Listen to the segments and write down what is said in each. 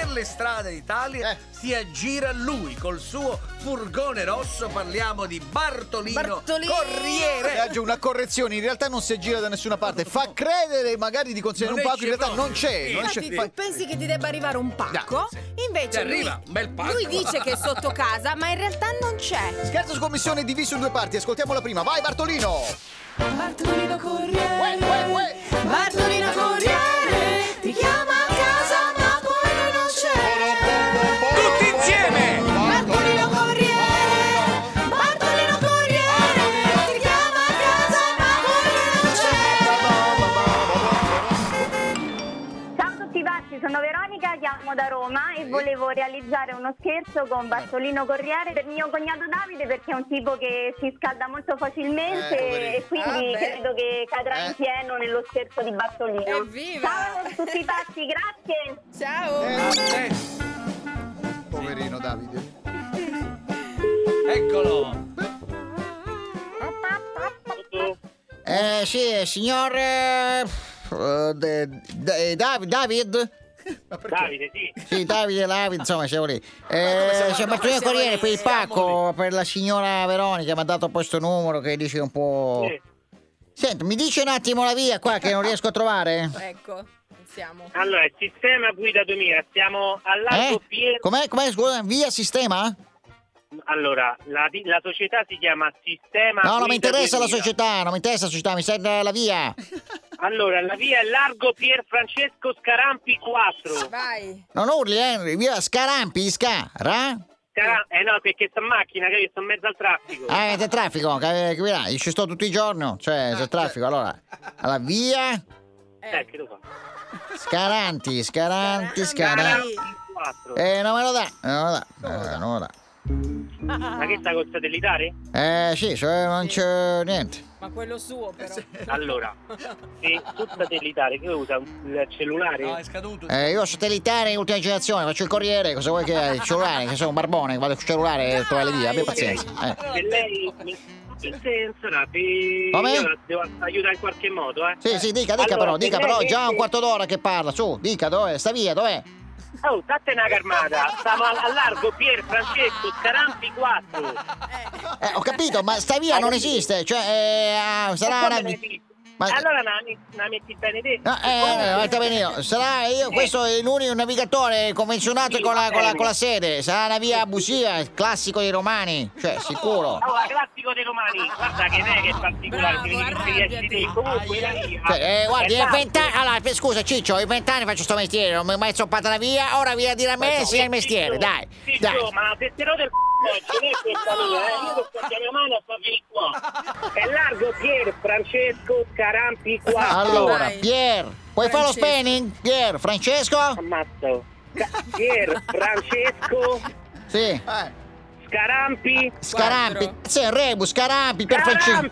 per le strade d'Italia si aggira lui col suo furgone rosso. Parliamo di Bartolino Corriere. Una correzione, in realtà non si aggira da nessuna parte, fa credere magari di consegnare un pacco, in realtà non c'è. Infatti tu pensi che ti debba arrivare un pacco, invece Ti arriva un bel pacco. lui dice che è sotto casa, ma in realtà non c'è. Scherzo su commissione diviso in due parti, ascoltiamo la prima, vai Bartolino! Bartolino Corriere, Bartolino Corriere, ti chiama a casa ma poi lui non c'è. Tutti insieme! Bartolino Corriere, Bartolino Corriere, ti chiama a casa ma poi lui non c'è. Ciao a tutti pazzi, sono Veronica, chiamo da Roma e volevo realizzare uno scherzo con Bartolino Corriere per mio cognato Davide, perché è un tipo che si scalda molto facilmente e quindi credo che cadrà in pieno nello scherzo di Bartolino. Evviva! Ciao a tutti pazzi, grazie! Ciao! Poverino Davide. Eccolo! Sì, signor David? Davide, sì. Sì, Davide, insomma, siamo lì. C'è Bartolino Corriere per il pacco per la signora Veronica, mi ha dato questo numero che dice un po'. Sì. Senti, mi dice un attimo la via qua che non riesco a trovare? Ecco, iniziamo. Allora, il sistema guida 2000, siamo al largo Pier... Com'è, scusa? Via sistema? Allora, la società si chiama Sistema No, Guida non mi interessa 2000. la società, non mi interessa la società, mi serve la via. Allora, la via è largo Pier Francesco Scarampi 4. Vai. Non urli, via Scarampi, No, perché sto in macchina, che sto in mezzo al traffico. C'è traffico, capirai, io ci sto tutti i giorni, cioè c'è traffico, allora via Che lo fa? Scaranti. 4. Non me lo dà, non me lo dà. Ma che sta col satellitare? Sì, cioè non c'è niente. Ma quello suo però. Allora, se sul satellitare che usa il cellulare? No, è scaduto. Io ho satellitare in ultima generazione, faccio il corriere, cosa vuoi che il cellulare, che sono un barbone, vado sul cellulare e trovare le vie, abbia pazienza. Se lei Come? io la devo aiutare in qualche modo, Sì, dica Allora, però, già un quarto d'ora che parla, su, dica, dov'è, sta via, dov'è? Oh, date una carmata, stiamo al largo Pier Francesco Scarampi 4. Ho capito, ma sta via non esiste, cioè sarà una... Ma... Allora la metti bene te. Guarda bene io. Sarà io, questo è l'unico navigatore convenzionato con la sede. Sarà una via abusiva, il classico dei romani, cioè sicuro. Oh, classico dei romani, guarda che non è che è particolare, comunque la via. Guardi, è 20 anni. Allora, scusa Ciccio, in 20 anni faccio sto mestiere, non mi è mai zoppata la via, ora vieni a dire a me se è il mestiere, dai. Ciccio, ma se te lo del non è questa mia, io sto a mia mano a farvi qua. È largo Pier Francesco Scarampi 4. Allora, Vai. Pier, puoi fare lo spelling? Pier, Francesco? Ammazzo. Pier Francesco Sì. Scarampi. Scarampi. Sì, Rebus, Scarampi, per Francesco.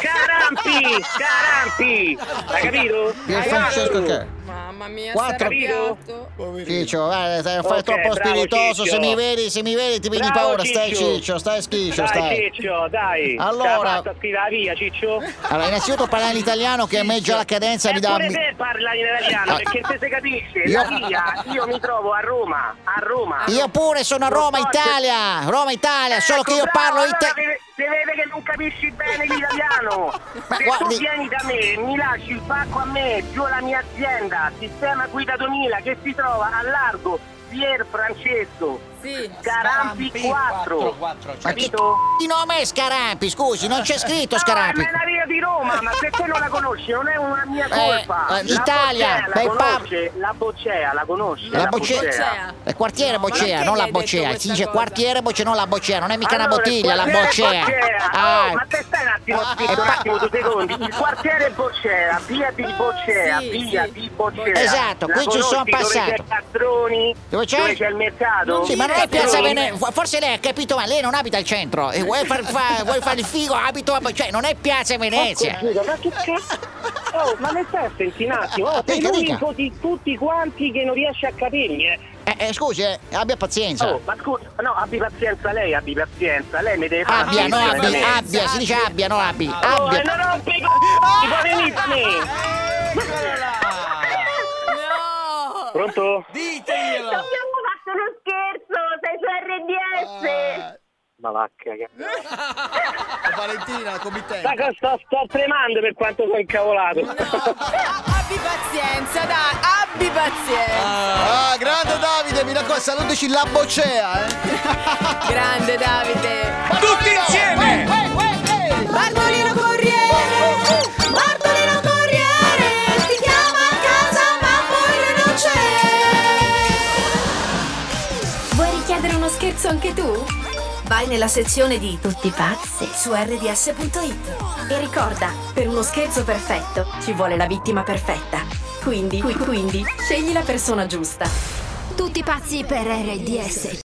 Scarampi. Hai capito? Pier Francesco che? Mamma mia, Quattro. sei arrabbiato. Ciccio, fai Ok, troppo bravo, spiritoso, Ciccio. se mi vedi ti vieni Bravo, paura, stai Ciccio. Ciccio, stai schiccio, Dai stai. Ciccio, dai. Allora- Sta scrivere la via, Ciccio. Allora, innanzitutto parlare in italiano che a me già la cadenza mi dà... Pure te parla in italiano, perché se si capisce, Io- la via, io mi trovo a Roma. Io pure sono a Roma, Italia, solo che io parlo Si vede che non capisci bene l'italiano. Se guardi- tu vieni da me, mi lasci il pacco a me, giù la mia azienda, Sistema Guida 2000, che si trova a largo Pier Francesco Sì. Scarampi 4. Ma che Capito? di nome è Scarampi, scusi, non c'è scritto Scarampi. Ma è la via di Roma, ma se te non la conosci non è una mia colpa. Italia, la conosce, la Boccea, la conosci? La Boccea. È quartiere Boccea, perché non gli la hai detto Boccea. questa Si dice cosa? quartiere Boccea, non la Boccea. Non è mica una Allora, bottiglia, la il quartiere Boccea. Oh, ma te stai un attimo zitto, un attimo, 2 secondi. Il quartiere Boccea, via di Boccea, Sì, via sì. di Boccea. Esatto, La qui ci sono conosci dove passato. c'è Castroni? Dove c'è? Dove c'è il mercato? Sì, ma non è Piazza Castroni. Venezia. Forse lei ha capito, ma lei non abita al centro. E vuoi fare il figo, abito a... Cioè, non è Piazza Venezia. Scusa, ma che cazzo? Oh, ma ne stai a sentire un attimo? Oh, sei Dica, l'unico dica. di tutti quanti che non riesce a capirmi, Scusi, abbia pazienza. Oh, ma scusa, no, abbi pazienza lei, lei mi deve fare Abbia, no pazienza, abbi, veramente. abbia, si dice abbia, no abbi. Oh, Abbia. non rompi i c***i, puoi venire da me! No! Pronto? Diteglielo! Dobbiamo uno scherzo, sei su RDS. Ma vacca. Valentina, committente. Sto tremando per quanto sono incavolato. Abbi pazienza, dai, abbi pazienza. Grande Davide, mi raccomando, salutaci la boccea, Grande Davide. Tutti insieme! Bartolino Corriere, Bartolino Corriere, ti chiama a casa ma poi lui non c'è. Vuoi richiedere uno scherzo anche tu? Vai nella sezione di Tutti pazzi su rds.it e ricorda, per uno scherzo perfetto ci vuole la vittima perfetta. Quindi scegli la persona giusta. Tutti pazzi per RDS.